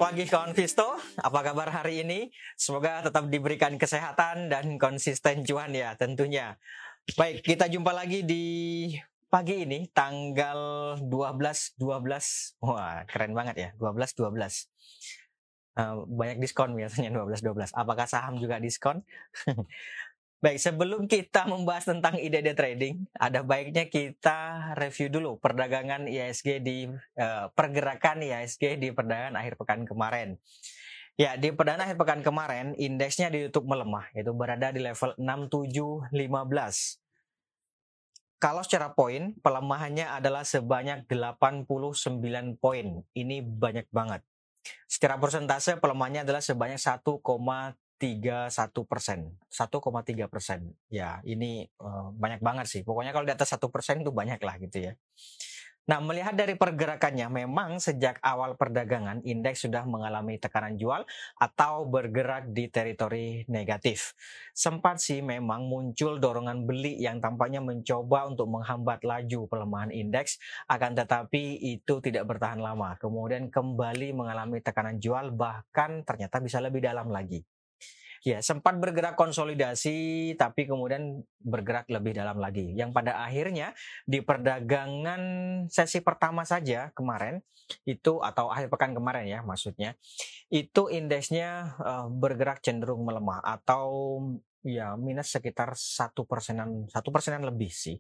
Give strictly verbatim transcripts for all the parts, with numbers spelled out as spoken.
pagi kawan Visto, apa kabar hari ini? Semoga tetap diberikan kesehatan dan konsisten cuan ya tentunya. Baik, kita jumpa lagi di pagi ini tanggal dua belas dua belas. Wah, keren banget ya, dua belas dua belas. Uh, banyak diskon biasanya dua belas dua belas. Apakah saham juga diskon? Baik, sebelum kita membahas tentang ide-ide trading, ada baiknya kita review dulu perdagangan I H S G di uh, pergerakan I H S G di perdagangan akhir pekan kemarin. Ya, di perdagangan akhir pekan kemarin indeksnya ditutup melemah, yaitu berada di level enam tujuh lima belas. Kalau secara poin, pelemahannya adalah sebanyak delapan puluh sembilan poin. Ini banyak banget. Secara persentase pelemahannya adalah sebanyak satu koma tiga satu persen, satu koma tiga persen. Ya, ini uh, banyak banget sih. Pokoknya kalau di atas satu persen itu banyak lah gitu ya. Nah, melihat dari pergerakannya, memang sejak awal perdagangan, indeks sudah mengalami tekanan jual atau bergerak di teritori negatif. Sempat sih memang muncul dorongan beli yang tampaknya mencoba untuk menghambat laju pelemahan indeks, akan tetapi itu tidak bertahan lama. Kemudian kembali mengalami tekanan jual, bahkan ternyata bisa lebih dalam lagi. Ya, sempat bergerak konsolidasi, tapi kemudian bergerak lebih dalam lagi. Yang pada akhirnya di perdagangan sesi pertama saja kemarin, itu atau akhir pekan kemarin ya maksudnya, itu indeksnya uh, bergerak cenderung melemah atau ya minus sekitar satu persenan, satu persenan lebih sih.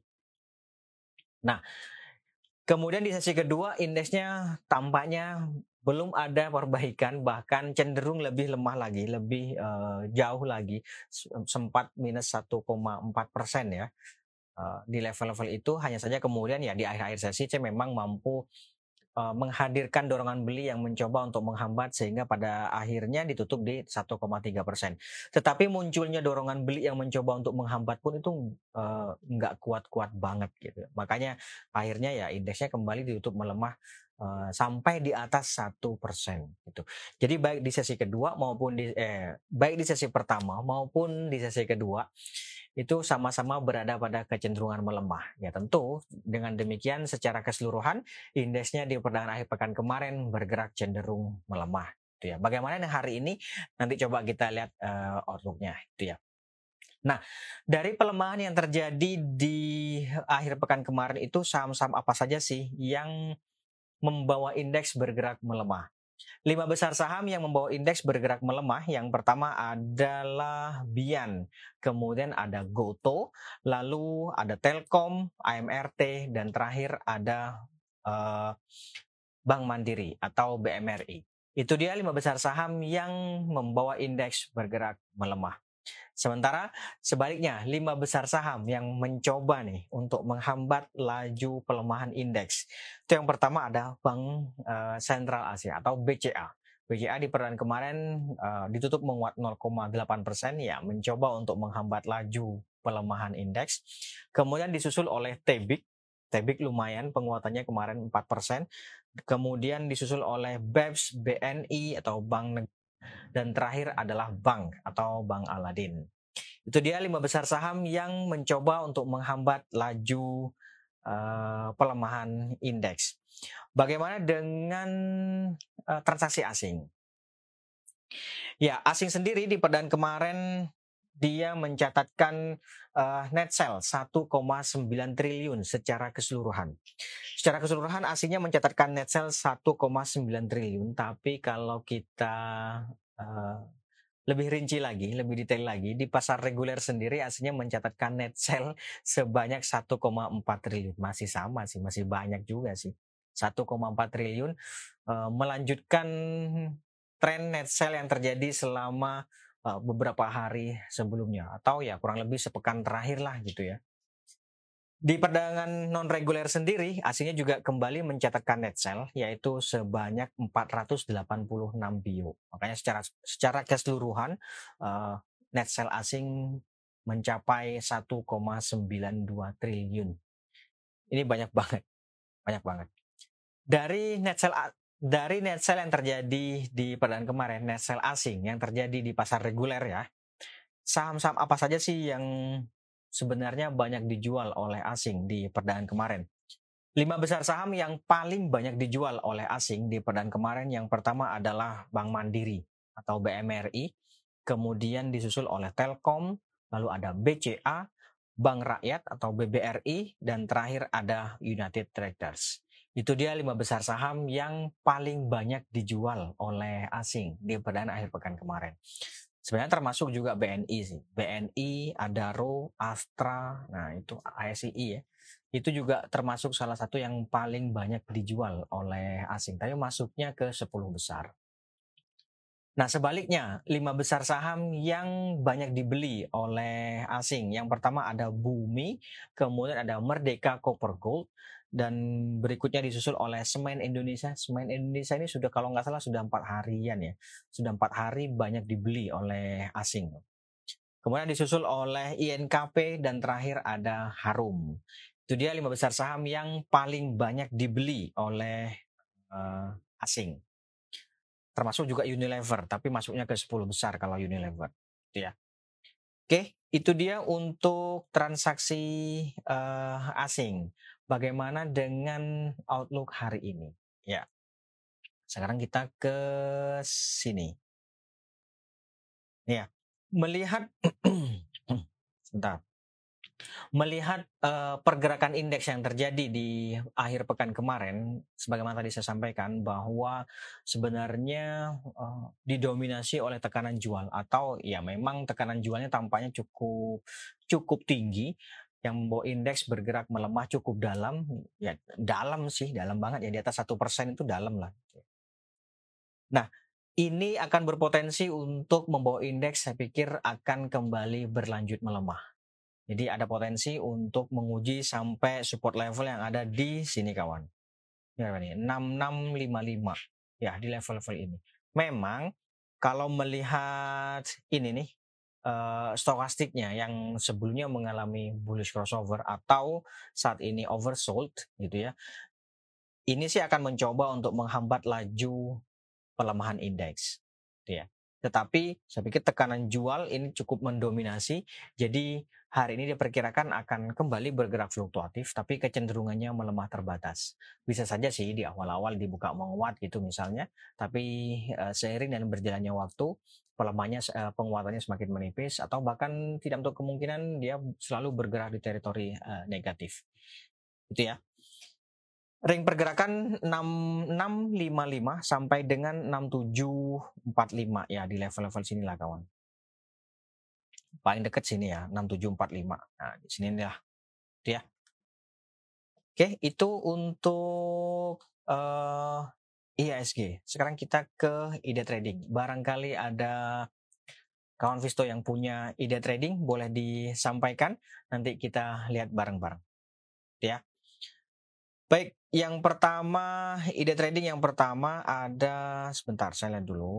Nah, kemudian di sesi kedua indeksnya tampaknya belum ada perbaikan, bahkan cenderung lebih lemah lagi, lebih uh, jauh lagi, sempat minus satu koma empat persen ya. Uh, di level-level itu hanya saja kemudian ya di akhir-akhir sesi saya memang mampu uh, menghadirkan dorongan beli yang mencoba untuk menghambat sehingga pada akhirnya ditutup di satu koma tiga persen. Tetapi munculnya dorongan beli yang mencoba untuk menghambat pun itu uh, nggak kuat-kuat banget gitu. Makanya akhirnya ya indeksnya kembali ditutup melemah Uh, sampai di atas satu persen gitu. Jadi baik di sesi kedua maupun di eh, baik di sesi pertama maupun di sesi kedua itu sama-sama berada pada kecenderungan melemah. Ya tentu dengan demikian secara keseluruhan indeksnya di perdagangan akhir pekan kemarin bergerak cenderung melemah. Itu ya. Bagaimana dengan hari ini? Nanti coba kita lihat uh, outlook-nya itu ya. Nah, dari pelemahan yang terjadi di akhir pekan kemarin itu saham-saham apa saja sih yang membawa indeks bergerak melemah? Lima besar saham yang membawa indeks bergerak melemah, yang pertama adalah Bian, kemudian ada Goto, lalu ada Telkom, A M R T, dan terakhir ada uh, Bank Mandiri atau B M R I. Itu dia lima besar saham yang membawa indeks bergerak melemah. Sementara sebaliknya, lima besar saham yang mencoba nih untuk menghambat laju pelemahan indeks. Itu yang pertama ada Bank uh, Sentral Asia atau B C A. B C A di perdagangan kemarin uh, ditutup menguat nol koma delapan persen ya, mencoba untuk menghambat laju pelemahan indeks. Kemudian disusul oleh T B I K. T B I K lumayan penguatannya kemarin empat persen. Kemudian disusul oleh B E P S, B N I atau Bank Negara. Dan terakhir adalah Bank atau Bank Aladin. Itu dia lima besar saham yang mencoba untuk menghambat laju uh, pelemahan indeks. Bagaimana dengan uh, transaksi asing? Ya, asing sendiri di perdagangan kemarin dia mencatatkan uh, net sell satu koma sembilan triliun secara keseluruhan. Secara keseluruhan asingnya mencatatkan net sell satu koma sembilan triliun, tapi kalau kita uh, lebih rinci lagi, lebih detail lagi, di pasar reguler sendiri aslinya mencatatkan net sell sebanyak satu koma empat triliun. Masih sama sih, masih banyak juga sih. satu koma empat triliun uh, melanjutkan tren net sell yang terjadi selama uh, beberapa hari sebelumnya. Atau ya kurang lebih sepekan terakhir lah gitu ya. Di perdagangan non-reguler sendiri, aslinya juga kembali mencatatkan net sell, yaitu sebanyak empat ratus delapan puluh enam bio. Makanya secara secara keseluruhan, uh, net sell asing mencapai satu koma sembilan dua triliun. Ini banyak banget, banyak banget. Dari net sell dari net sell yang terjadi di perdagangan kemarin, net sell asing yang terjadi di pasar reguler ya, saham-saham apa saja sih yang sebenarnya banyak dijual oleh asing di perdagangan kemarin? Lima besar saham yang paling banyak dijual oleh asing di perdaan kemarin, yang pertama adalah Bank Mandiri atau B M R I, kemudian disusul oleh Telkom, lalu ada B C A, Bank Rakyat atau B B R I, dan terakhir ada United Tractors. Itu dia lima besar saham yang paling banyak dijual oleh asing di perdaan akhir pekan kemarin. Sebenarnya termasuk juga B N I sih. B N I, Adaro, Astra, nah itu A S I I ya. Itu juga termasuk salah satu yang paling banyak dijual oleh asing. Tapi masuknya ke sepuluh besar. Nah sebaliknya, lima besar saham yang banyak dibeli oleh asing. Yang pertama ada Bumi, kemudian ada Merdeka Copper Gold, dan berikutnya disusul oleh Semen Indonesia. Semen Indonesia ini sudah kalau nggak salah sudah empat harian ya. Sudah empat hari banyak dibeli oleh asing. Kemudian disusul oleh I N K P dan terakhir ada Harum. Itu dia lima besar saham yang paling banyak dibeli oleh uh, asing. Termasuk juga Unilever, tapi masuknya ke sepuluh besar kalau Unilever. Itu ya. Oke, itu dia untuk transaksi uh, asing. Bagaimana dengan outlook hari ini? Ya. Sekarang kita ke sini. Ya. Melihat sebentar. Melihat uh, pergerakan indeks yang terjadi di akhir pekan kemarin, sebagaimana tadi saya sampaikan bahwa sebenarnya uh, didominasi oleh tekanan jual, atau ya memang tekanan jualnya tampaknya cukup cukup tinggi, yang membawa indeks bergerak melemah cukup dalam, ya dalam sih, dalam banget ya, di atas satu persen itu dalam lah. Nah, ini akan berpotensi untuk membawa indeks, saya pikir akan kembali berlanjut melemah. Jadi ada potensi untuk menguji sampai support level yang ada di sini kawan. Berapa nih? enam enam lima lima. Ya, di level-level ini. Memang kalau melihat ini nih uh, stokastiknya yang sebelumnya mengalami bullish crossover atau saat ini oversold gitu ya. Ini sih akan mencoba untuk menghambat laju pelemahan indeks. Gitu ya. Tetapi saya pikir tekanan jual ini cukup mendominasi. Jadi hari ini diperkirakan akan kembali bergerak fluktuatif, tapi kecenderungannya melemah terbatas. Bisa saja sih di awal-awal dibuka menguat gitu misalnya, tapi uh, seiring dan berjalannya waktu, pelemahannya uh, penguatannya semakin menipis, atau bahkan tidak untuk kemungkinan dia selalu bergerak di teritori uh, negatif. Itu ya. Ring pergerakan enam enam lima lima sampai dengan enam tujuh empat lima ya, di level-level sini lah kawan. Paling dekat sini ya, enam tujuh empat lima. Nah, di sini lah. Itu ya. Oke, itu untuk uh, I H S G. Sekarang kita ke ide trading. Barangkali ada kawan Visto yang punya ide trading, boleh disampaikan. Nanti kita lihat bareng-bareng. Itu ya. Baik, yang pertama, ide trading yang pertama ada, sebentar saya lihat dulu.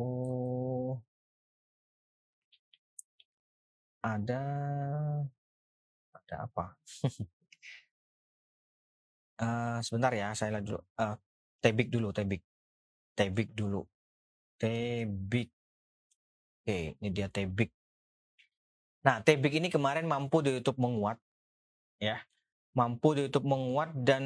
Ada, ada apa? uh, sebentar ya, saya lihat dulu. Uh, Tebik dulu, Tebik. Tebik dulu. Tebik. Oke, ini dia Tebik. Nah, Tebik ini kemarin mampu di YouTube menguat. Ya, mampu di YouTube menguat dan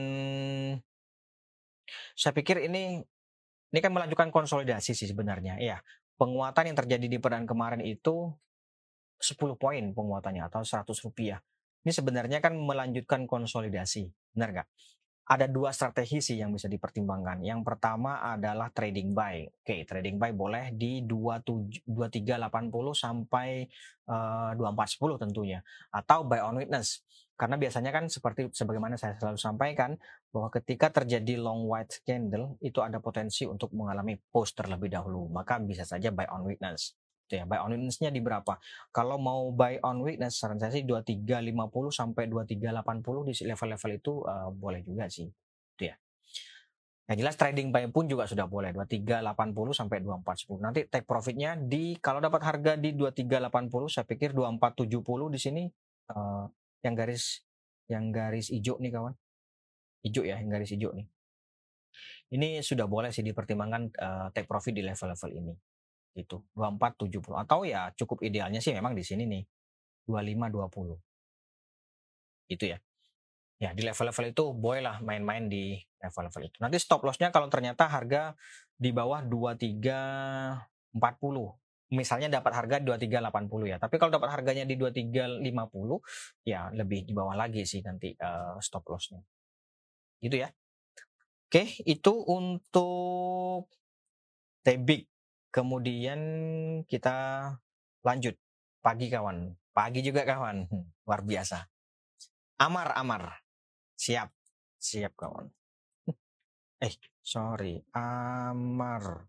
saya pikir ini ini kan melanjutkan konsolidasi sih sebenarnya. Ya, penguatan yang terjadi di perdaan kemarin itu sepuluh poin penguatannya atau seratus rupiah. Ini sebenarnya kan melanjutkan konsolidasi, benar nggak? Ada dua strategi sih yang bisa dipertimbangkan. Yang pertama adalah trading buy. Oke, trading buy boleh di dua puluh tiga delapan puluh sampai uh, dua puluh empat sepuluh tentunya. Atau buy on witness. Karena biasanya kan seperti sebagaimana saya selalu sampaikan bahwa ketika terjadi long white candle itu ada potensi untuk mengalami push terlebih dahulu. Maka bisa saja buy on witness. Ya, buy on witness-nya di berapa? Kalau mau buy on witness, saran saya sih dua puluh tiga lima puluh sampai dua puluh tiga delapan puluh di level-level itu uh, boleh juga sih. Itu ya. Yang jelas trading buy pun juga sudah boleh dua puluh tiga delapan puluh sampai dua puluh empat sepuluh. Nanti take profitnya di kalau dapat harga di dua puluh tiga delapan puluh, saya pikir dua puluh empat tujuh puluh di sini uh, yang garis yang garis hijau nih kawan. Hijau ya, yang garis hijau nih. Ini sudah boleh sih dipertimbangkan uh, take profit di level-level ini. Itu dua puluh empat tujuh puluh, atau ya cukup idealnya sih memang di sini nih dua puluh lima dua puluh. Itu ya. Ya di level-level itu bolehlah main-main di level-level itu. Nanti stop loss-nya kalau ternyata harga di bawah dua tiga empat puluh. Misalnya dapat harga dua tiga delapan puluh ya. Tapi kalau dapat harganya di dua tiga lima puluh ya lebih di bawah lagi sih nanti uh, stop loss-nya. Gitu ya. Oke, itu untuk Tebik. Kemudian kita lanjut. Pagi kawan. Pagi juga kawan. Hmm, luar biasa. Amar, Amar. Siap. Siap kawan. Eh, sorry. Amar.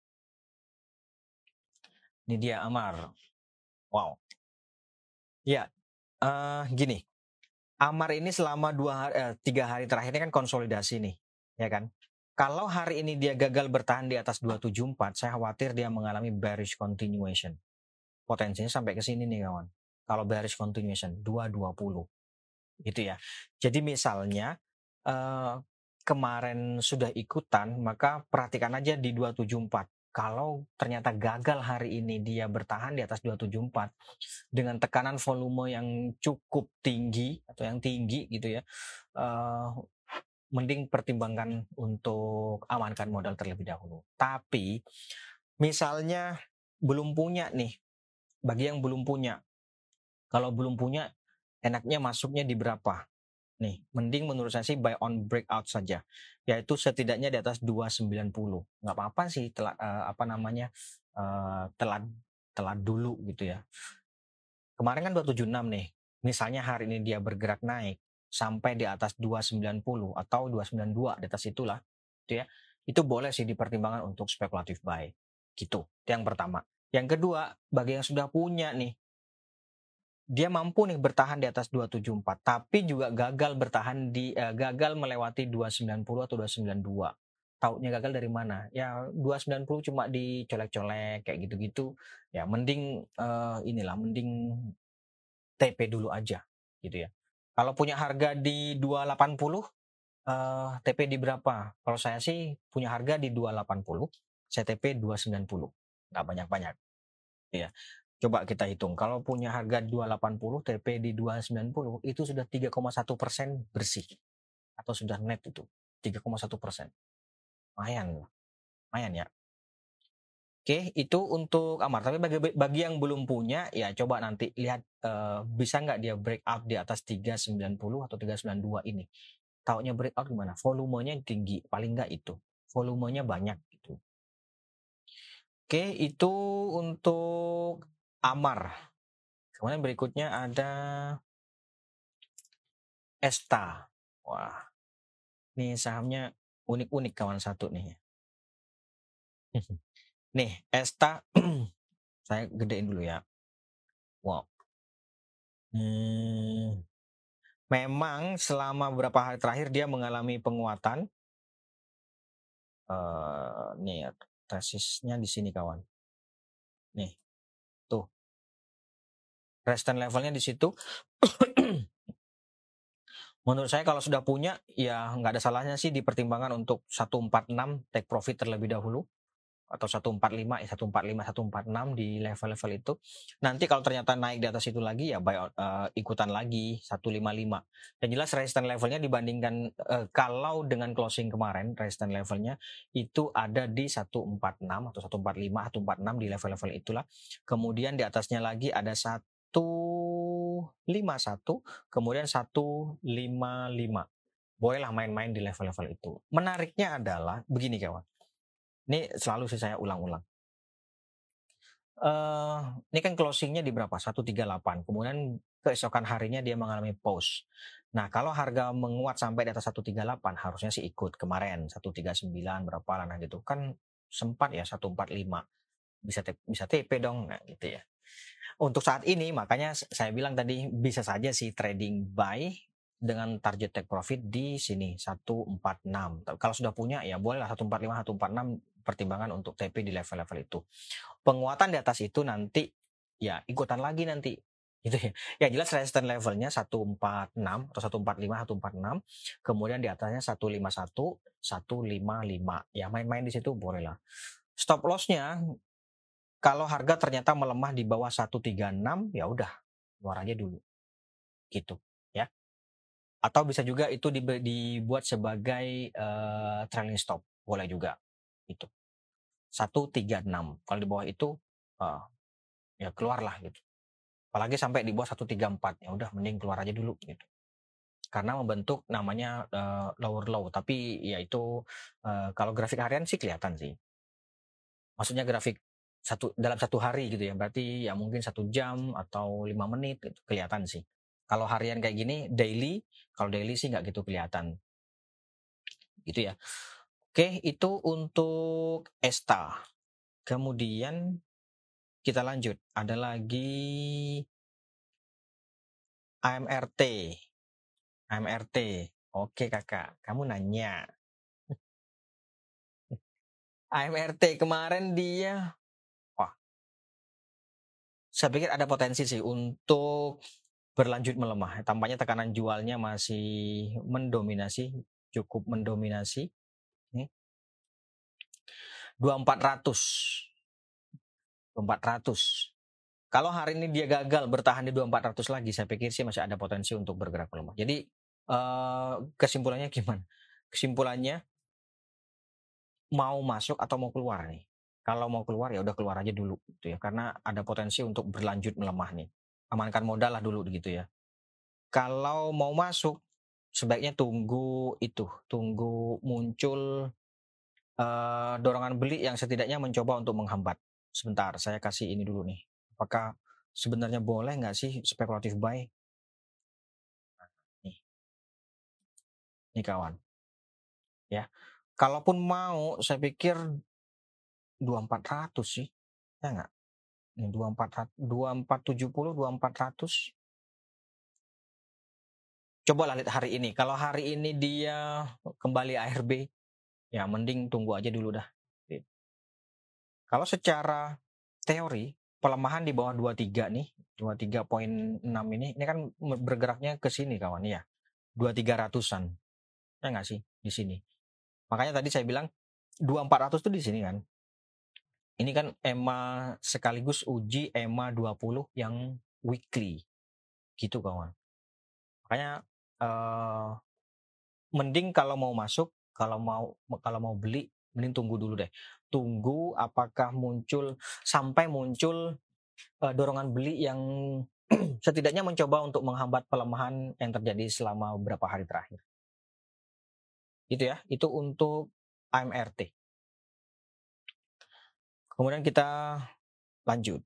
Ini dia Amar. Wow. Ya, uh, gini. Amar ini selama dua hari, eh, tiga hari terakhir ini kan konsolidasi nih, ya kan? Kalau hari ini dia gagal bertahan di atas dua tujuh empat, saya khawatir dia mengalami bearish continuation. Potensinya sampai ke sini nih kawan. Kalau bearish continuation dua dua puluh, gitu ya. Jadi misalnya uh, kemarin sudah ikutan, maka perhatikan aja di dua tujuh empat. Kalau ternyata gagal hari ini dia bertahan di atas dua tujuh empat dengan tekanan volume yang cukup tinggi atau yang tinggi gitu ya, uh, mending pertimbangkan untuk amankan modal terlebih dahulu. Tapi misalnya belum punya nih, bagi yang belum punya, kalau belum punya enaknya masuknya di berapa? Nih, mending menurut saya sih buy on breakout saja, yaitu setidaknya di atas dua sembilan nol. Nggak apa-apa sih telat, uh, apa namanya, uh, telat telat dulu gitu ya. Kemarin kan dua tujuh enam nih, misalnya hari ini dia bergerak naik sampai di atas dua sembilan nol atau dua sembilan dua, di atas itulah, gitu ya. Itu boleh sih dipertimbangkan untuk spekulatif buy, gitu. Itu yang pertama. Yang kedua, bagi yang sudah punya nih, dia mampu nih bertahan di atas dua tujuh empat, tapi juga gagal bertahan di uh, gagal melewati dua sembilan nol atau dua sembilan dua. Taunya gagal dari mana? Ya dua sembilan nol cuma dicolek-colek kayak gitu-gitu. Ya mending uh, inilah, mending T P dulu aja gitu ya. Kalau punya harga di dua delapan nol, uh, T P di berapa? Kalau saya sih punya harga di dua delapan nol, saya T P dua sembilan nol. Nggak banyak-banyak. Ya. Coba kita hitung, kalau punya harga dua delapan nol, T P di dua sembilan nol, itu sudah tiga koma satu persen bersih. Atau sudah net itu, tiga koma satu persen. Lumayan, lumayan ya. Oke, itu untuk Amar. Tapi bagi, bagi yang belum punya, ya coba nanti lihat uh, bisa nggak dia breakout di atas tiga sembilan nol atau tiga sembilan dua ini. Taunya breakout gimana? Volumenya tinggi, paling nggak itu. Volumenya banyak gitu. Oke, itu untuk Amar. Kemudian berikutnya ada Esta. Wah, ini sahamnya unik-unik kawan satu nih. Nih, Esta, saya gedein dulu ya. Wow. Hmm, memang selama beberapa hari terakhir dia mengalami penguatan. Uh, nih ya, resistnya di sini kawan. Nih, tuh. Resistance levelnya di situ. Menurut saya kalau sudah punya, ya nggak ada salahnya sih dipertimbangkan untuk seratus empat puluh enam take profit terlebih dahulu. Atau seratus empat puluh lima, eh, seratus empat puluh lima, seratus empat puluh enam di level-level itu. Nanti kalau ternyata naik di atas itu lagi, ya buy, uh, ikutan lagi seratus lima puluh lima. Yang jelas resistance levelnya dibandingkan, uh, kalau dengan closing kemarin, resistance levelnya itu ada di seratus empat puluh enam atau seratus empat puluh lima, seratus empat puluh enam di level-level itulah. Kemudian di atasnya lagi ada seratus lima puluh satu, kemudian seratus lima puluh lima. Bolehlah main-main di level-level itu. Menariknya adalah begini kawan. Ini selalu sih saya ulang-ulang. Uh, ini kan closingnya di berapa? seratus tiga puluh delapan. Kemudian keesokan harinya dia mengalami pause. Nah, kalau harga menguat sampai di atas seratus tiga puluh delapan, harusnya sih ikut kemarin seratus tiga puluh sembilan berapa lah, nah gitu kan sempat ya seratus empat puluh lima. Bisa bisa T P dong, nah gitu ya. Untuk saat ini makanya saya bilang tadi bisa saja sih trading buy dengan target take profit di sini seratus empat puluh enam. Kalau sudah punya ya bolehlah seratus empat puluh lima, seratus empat puluh enam pertimbangan untuk T P di level-level itu. Penguatan di atas itu nanti ya ikutan lagi nanti gitu ya. Yang jelas resistance levelnya seratus empat puluh enam atau seratus empat puluh lima, seratus empat puluh enam, kemudian di atasnya seratus lima puluh satu, seratus lima puluh lima. Ya main-main di situ bolehlah. Stop loss-nya kalau harga ternyata melemah di bawah seratus tiga puluh enam, ya udah keluar aja dulu. Gitu ya. Atau bisa juga itu dibe- dibuat sebagai uh, trailing stop, boleh juga. Itu satu tiga enam. Kalau di bawah itu uh, ya keluarlah gitu. Apalagi sampai di bawah satu tiga empat, ya udah mending keluar aja dulu gitu. Karena membentuk namanya uh, lower low, tapi ya itu uh, kalau grafik harian sih kelihatan sih. Maksudnya grafik satu dalam satu hari gitu ya, berarti ya mungkin satu jam atau lima menit gitu, kelihatan sih. Kalau harian kayak gini daily, kalau daily sih nggak gitu kelihatan gitu ya. Oke, itu untuk Esta. Kemudian kita lanjut, ada lagi A M R T. A M R T. Oke kakak, kamu nanya. A M R T kemarin dia, wah, saya pikir ada potensi sih untuk berlanjut melemah. Tampaknya tekanan jualnya masih mendominasi, cukup mendominasi. Nih, dua ribu empat ratus. dua ribu empat ratus. Kalau hari ini dia gagal bertahan di dua ribu empat ratus lagi, saya pikir sih masih ada potensi untuk bergerak melemah. Jadi eh, kesimpulannya gimana? Kesimpulannya mau masuk atau mau keluar nih? Kalau mau keluar ya udah keluar aja dulu gitu ya, karena ada potensi untuk berlanjut melemah nih. Amankan modal lah dulu gitu ya. Kalau mau masuk sebaiknya tunggu itu, tunggu muncul uh, dorongan beli yang setidaknya mencoba untuk menghambat. Sebentar, saya kasih ini dulu nih. Apakah sebenarnya boleh nggak sih spekulatif buy? Nih, nih kawan. Ya, kalaupun mau, saya pikir dua ribu empat ratus sih, ya nggak? Nih dua ribu empat ratus, dua ribu empat ratus tujuh puluh, dua ribu empat ratus. Coba lah lihat hari ini. Kalau hari ini dia kembali A R B, ya mending tunggu aja dulu dah. Kalau secara teori pelemahan di bawah dua puluh tiga nih, dua puluh tiga koma enam ini, ini kan bergeraknya ke sini kawan ya, dua ribu tiga ratusan, ya nggak sih di sini. Makanya tadi saya bilang dua ribu empat ratus tuh di sini kan. Ini kan E M A sekaligus uji E M A dua puluh yang weekly, gitu kawan. Makanya eh, mending kalau mau masuk, kalau mau kalau mau beli, mending tunggu dulu deh. Tunggu apakah muncul sampai muncul uh, dorongan beli yang setidaknya mencoba untuk menghambat pelemahan yang terjadi selama beberapa hari terakhir. Itu ya, itu untuk A M R T. Kemudian kita lanjut.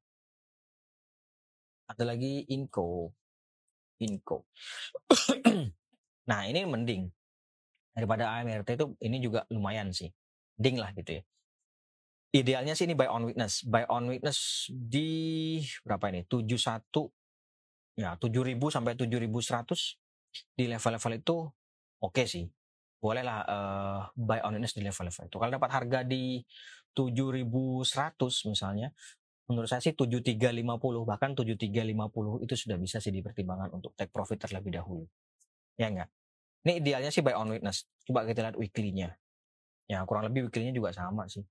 Ada lagi Inco. Inco. Nah, ini mending. Daripada A M R T itu ini juga lumayan sih. Ding lah gitu ya. Idealnya sih ini buy on weakness. Buy on weakness di berapa ini? tujuh puluh satu, ya tujuh ribu sampai tujuh ribu seratus di level-level itu oke okay sih. Bolehlah uh, buy on weakness di level-level itu. Kalau dapat harga di tujuh ribu seratus misalnya, menurut saya sih tujuh ribu tiga ratus lima puluh, bahkan tujuh ribu tiga ratus lima puluh itu sudah bisa sih dipertimbangkan untuk take profit terlebih dahulu. Ya enggak? Ini idealnya sih buy on weakness. Coba kita lihat weekly-nya. Ya kurang lebih weekly-nya juga sama sih.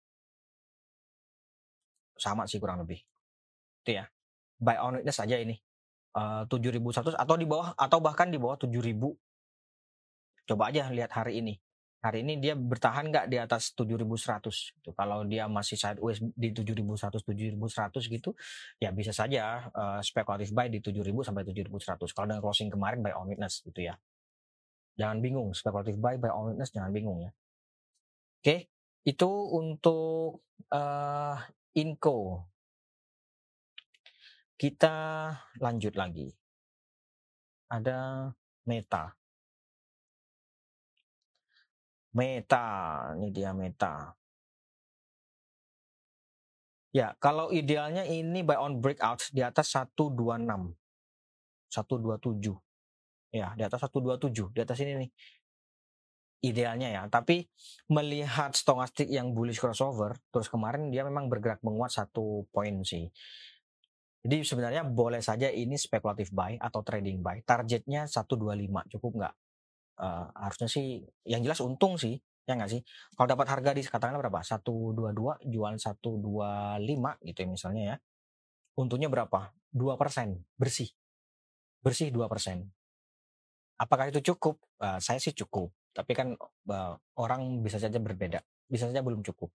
Sama sih kurang lebih. Itu ya. Buy on weakness aja ini. Uh, tujuh ribu seratus atau di bawah atau bahkan di bawah tujuh ribu. Coba aja lihat hari ini. Hari ini dia bertahan nggak di atas tujuh ribu seratus gitu. Kalau dia masih sideways di tujuh ribu seratus, tujuh ribu seratus gitu, ya bisa saja uh, spekulatif buy di tujuh ribu sampai tujuh ribu seratus. Kalau dengan closing kemarin buy on weakness gitu ya. Jangan bingung, spekulatif buy buy on weakness jangan bingung ya. Oke, itu untuk uh, Inco. Kita lanjut lagi. Ada Meta. Meta, ini dia Meta. Ya, kalau idealnya ini buy on breakout di atas seratus dua puluh enam. seratus dua puluh tujuh. Ya, di atas seratus dua puluh tujuh, di atas ini nih. Idealnya ya, tapi melihat stokastik yang bullish crossover, terus kemarin dia memang bergerak menguat satu poin sih. Jadi sebenarnya boleh saja ini spekulatif buy atau trading buy. Targetnya seratus dua puluh lima, cukup nggak? Uh, harusnya sih, yang jelas untung sih, ya nggak sih? Kalau dapat harga di katakanlah berapa? seratus dua puluh dua, jualan seratus dua puluh lima gitu ya misalnya ya. Untungnya berapa? dua persen bersih. Bersih dua persen. Apakah itu cukup? Uh, saya sih cukup, tapi kan uh, orang bisa saja berbeda, bisa saja belum cukup.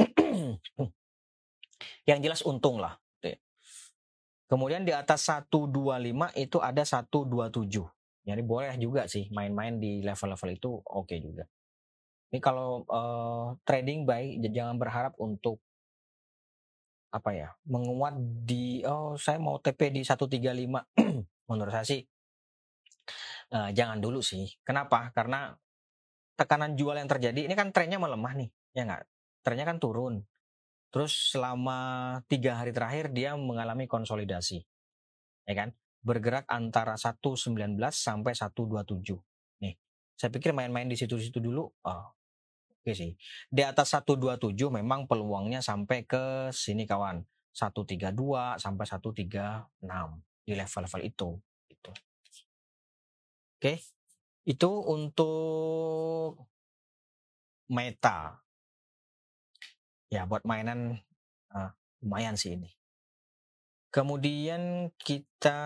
Yang jelas untung lah. Kemudian di atas seratus dua puluh lima itu ada seratus dua puluh tujuh. Jadi boleh juga sih main-main di level-level itu oke okay juga. Ini kalau uh, trading buy jangan berharap untuk apa ya menguat di oh saya mau T P di seratus tiga puluh lima. Menurut saya sih uh, jangan dulu sih. Kenapa? Karena tekanan jual yang terjadi ini kan trennya melemah nih, ya nggak? Trennya kan turun. Terus selama tiga hari terakhir dia mengalami konsolidasi, ya kan? Bergerak antara seratus sembilan belas sampai seratus dua puluh tujuh. Nih, saya pikir main-main di situ-situ dulu. Oh, oke sih. Di atas seratus dua puluh tujuh memang peluangnya sampai ke sini kawan. seratus tiga puluh dua sampai seratus tiga puluh enam di level-level itu. Gitu. Oke. Itu untuk meta. Ya, buat mainan uh, lumayan sih ini. Kemudian kita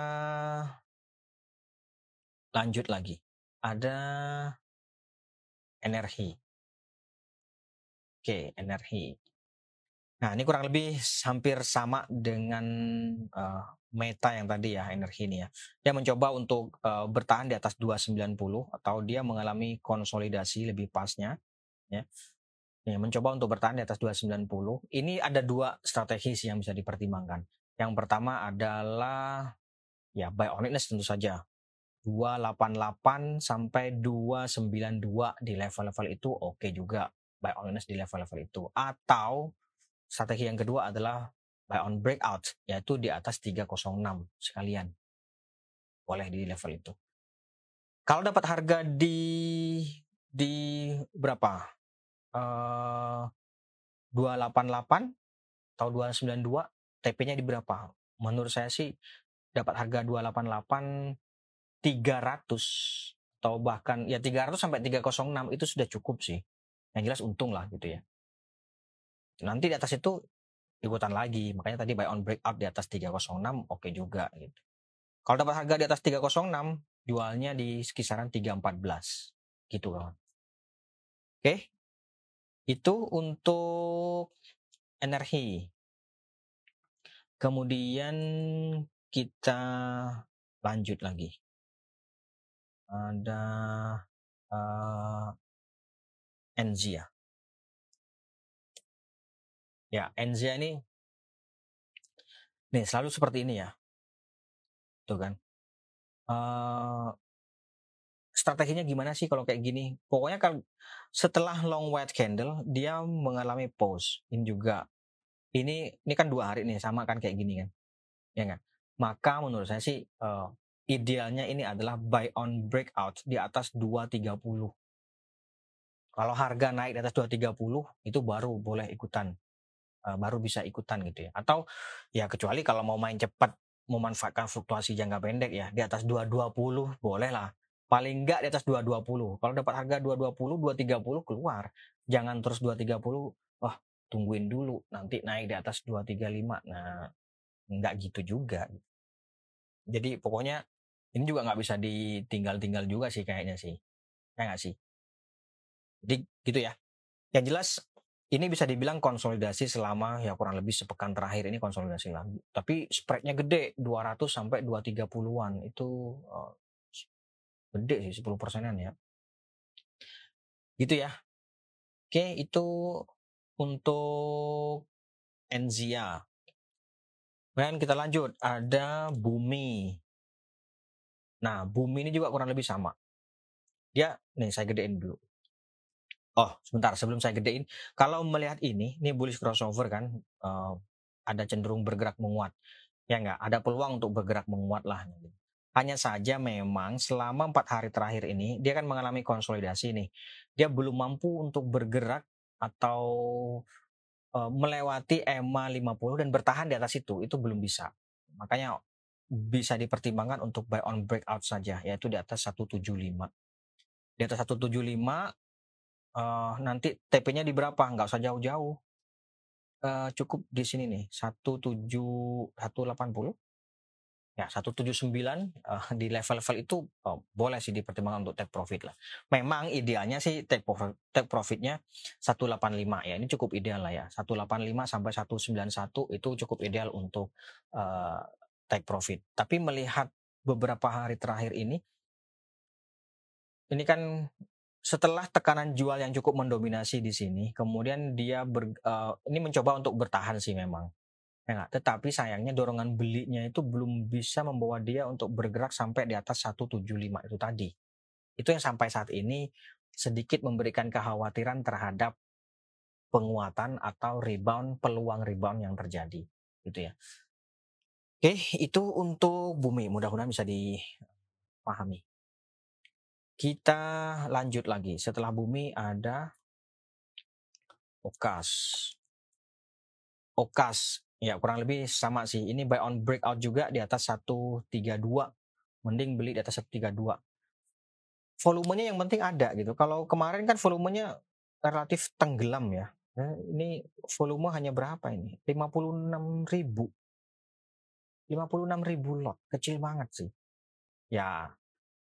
lanjut lagi. Ada energi. Oke, energi. Nah, ini kurang lebih hampir sama dengan uh, meta yang tadi ya, energi ini ya. Dia mencoba untuk uh, bertahan di atas dua sembilan nol atau dia mengalami konsolidasi lebih pasnya ya. Nih, mencoba untuk bertahan di atas dua sembilan nol. Ini ada dua strategi sih yang bisa dipertimbangkan. Yang pertama adalah ya buy on weakness tentu saja. dua delapan delapan sampai dua sembilan dua di level-level itu oke okay juga. Buy on weakness di level-level itu. Atau strategi yang kedua adalah buy on breakout, yaitu di atas tiga nol enam sekalian. Boleh di level itu. Kalau dapat harga di di berapa? Uh, dua delapan delapan atau dua sembilan dua, T P-nya di berapa? Menurut saya sih dapat harga dua delapan delapan tiga ratus atau bahkan ya tiga ratus sampai tiga nol enam itu sudah cukup sih. Yang jelas untung lah gitu ya. Nanti di atas itu ikutan lagi. Makanya tadi buy on breakout di atas tiga nol enam oke okay juga gitu. Kalau dapat harga di atas tiga nol enam, jualnya di kisaran tiga empat belas gitu kawan. Oke. Okay. Itu untuk energi. Kemudian kita lanjut lagi. Ada uh, Enzia. Ya, Enzia ini nih selalu seperti ini ya. Tuh kan. Uh, strateginya gimana sih kalau kayak gini? Pokoknya kalau setelah long white candle dia mengalami pause. Ini juga ini ini kan dua hari nih sama kan kayak gini kan. Ya kan? Maka menurut saya sih uh, idealnya ini adalah buy on breakout di atas dua tiga puluh. Kalau harga naik di atas dua tiga puluh itu baru boleh ikutan. Uh, baru bisa ikutan gitu ya. Atau ya kecuali kalau mau main cepat memanfaatkan fluktuasi jangka pendek ya di atas dua dua puluh boleh lah. Paling enggak di atas dua dua puluh. Kalau dapat harga dua dua puluh, dua tiga puluh keluar. Jangan terus dua tiga puluh, wah tungguin dulu nanti naik di atas dua tiga lima. Nah, enggak gitu juga. Jadi pokoknya ini juga nggak bisa ditinggal-tinggal juga sih kayaknya sih. Ya nggak sih? Jadi gitu ya. Yang jelas ini bisa dibilang konsolidasi selama ya kurang lebih sepekan terakhir ini konsolidasi lah. Tapi spreadnya gede, dua ratus sampai dua tiga puluhan. Itu uh, gede sih, sepuluh persenan ya. Gitu ya. Oke, itu untuk Enzia. Kemudian kita lanjut, ada Bumi. Nah, Bumi ini juga kurang lebih sama. Dia, nih saya gedein dulu. Oh, sebentar sebelum saya gedein. Kalau melihat ini, ini bullish crossover kan, uh, ada cenderung bergerak menguat. Ya enggak, ada peluang untuk bergerak menguat lah. Hanya saja memang selama empat hari terakhir ini, dia kan mengalami konsolidasi nih. Dia belum mampu untuk bergerak atau uh, melewati E M A lima puluh dan bertahan di atas itu, itu belum bisa. Makanya bisa dipertimbangkan untuk buy on breakout saja, yaitu di atas seratus tujuh puluh lima. Di atas seratus tujuh puluh lima, Uh, nanti T P-nya di berapa? Nggak usah jauh-jauh. Uh, cukup di sini nih, satu tujuh satu delapan nol. Ya, seratus tujuh puluh sembilan uh, di level-level itu oh, boleh sih dipertimbangkan untuk take profit lah. Memang idealnya sih take profit, take profitnya seratus delapan puluh lima ya. Ini cukup ideal lah ya. seratus delapan puluh lima sampai seratus sembilan puluh satu itu cukup ideal untuk uh, take profit. Tapi melihat beberapa hari terakhir ini, ini kan setelah tekanan jual yang cukup mendominasi di sini, kemudian dia ber, uh, ini mencoba untuk bertahan sih memang. Ya, tetapi sayangnya dorongan belinya itu belum bisa membawa dia untuk bergerak sampai di atas seratus tujuh puluh lima itu tadi. Itu yang sampai saat ini sedikit memberikan kekhawatiran terhadap penguatan atau rebound, peluang rebound yang terjadi, gitu ya. Oke, itu untuk bumi, mudah-mudahan bisa dipahami. Kita lanjut lagi. Setelah bumi ada Okas. Okas. Ya, kurang lebih sama sih. Ini buy on breakout juga di atas seratus tiga puluh dua. Mending beli di atas seratus tiga puluh dua. Volumenya yang penting ada gitu. Kalau kemarin kan volumenya relatif tenggelam ya. Nah, ini volume hanya berapa ini? lima puluh enam ribu. lima puluh enam ribu lot. Kecil banget sih. Ya.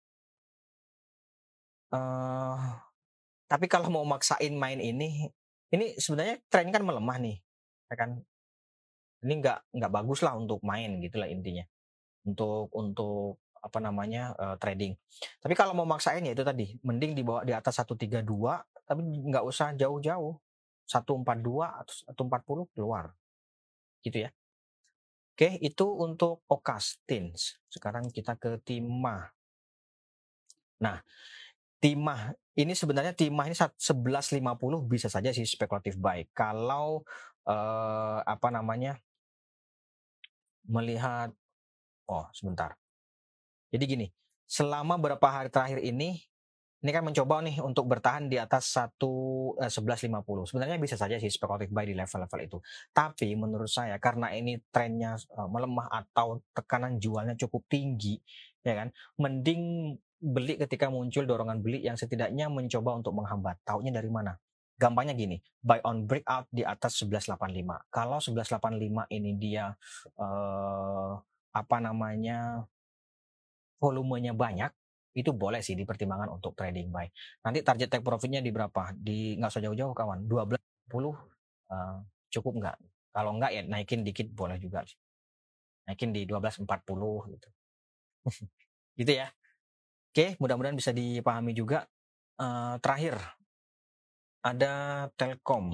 Uh, tapi kalau mau maksain main ini, ini sebenarnya tren kan melemah nih. Ya kan? Ini nggak nggak bagus lah untuk main gitulah intinya, untuk untuk apa namanya uh, trading. Tapi kalau mau maksain ya itu tadi, mending dibawa di atas seratus tiga puluh dua, tapi nggak usah jauh-jauh, seratus empat puluh dua atau seratus empat puluh keluar, gitu ya. Oke, itu untuk Okas Tins. Sekarang kita ke Timah. Nah, Timah ini sebenarnya Timah ini sebelas lima puluh bisa saja sih spekulatif buy. Kalau uh, apa namanya melihat, oh sebentar. Jadi gini, selama beberapa hari terakhir ini, ini kan mencoba nih untuk bertahan di atas sebelas lima puluh. Sebenarnya bisa saja sih spekulatif buy di level-level itu. Tapi menurut saya karena ini trennya uh, melemah atau tekanan jualnya cukup tinggi, ya kan, mending beli ketika muncul dorongan beli yang setidaknya mencoba untuk menghambat. Taunya dari mana? Gampangnya gini, buy on breakout di atas sebelas delapan puluh lima. Kalau sebelas delapan puluh lima ini dia uh, apa namanya volumenya banyak, itu boleh sih dipertimbangkan untuk trading buy. Nanti target take profitnya di berapa? Di nggak usah jauh-jauh kawan, dua belas puluh uh, cukup nggak? Kalau nggak ya naikin dikit boleh juga. Naikin di dua belas empat puluh gitu. Gitu ya. Oke, mudah-mudahan bisa dipahami juga. Uh, terakhir ada Telkom.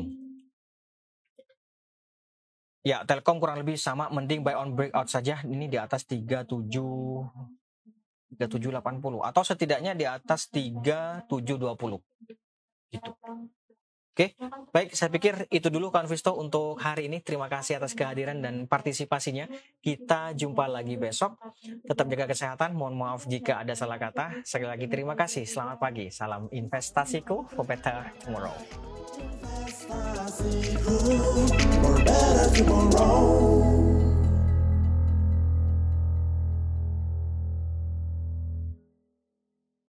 Ya, Telkom kurang lebih sama, mending buy on breakout saja. Ini di atas tiga puluh tujuh tiga puluh tujuh delapan puluh atau setidaknya di atas tiga puluh tujuh dua puluh. Gitu. Oke, baik, saya pikir itu dulu kawan Visto untuk hari ini. Terima kasih atas kehadiran dan partisipasinya. Kita jumpa lagi besok. Tetap jaga kesehatan. Mohon maaf jika ada salah kata. Sekali lagi terima kasih. Selamat pagi. Salam investasiku for better tomorrow. For better tomorrow.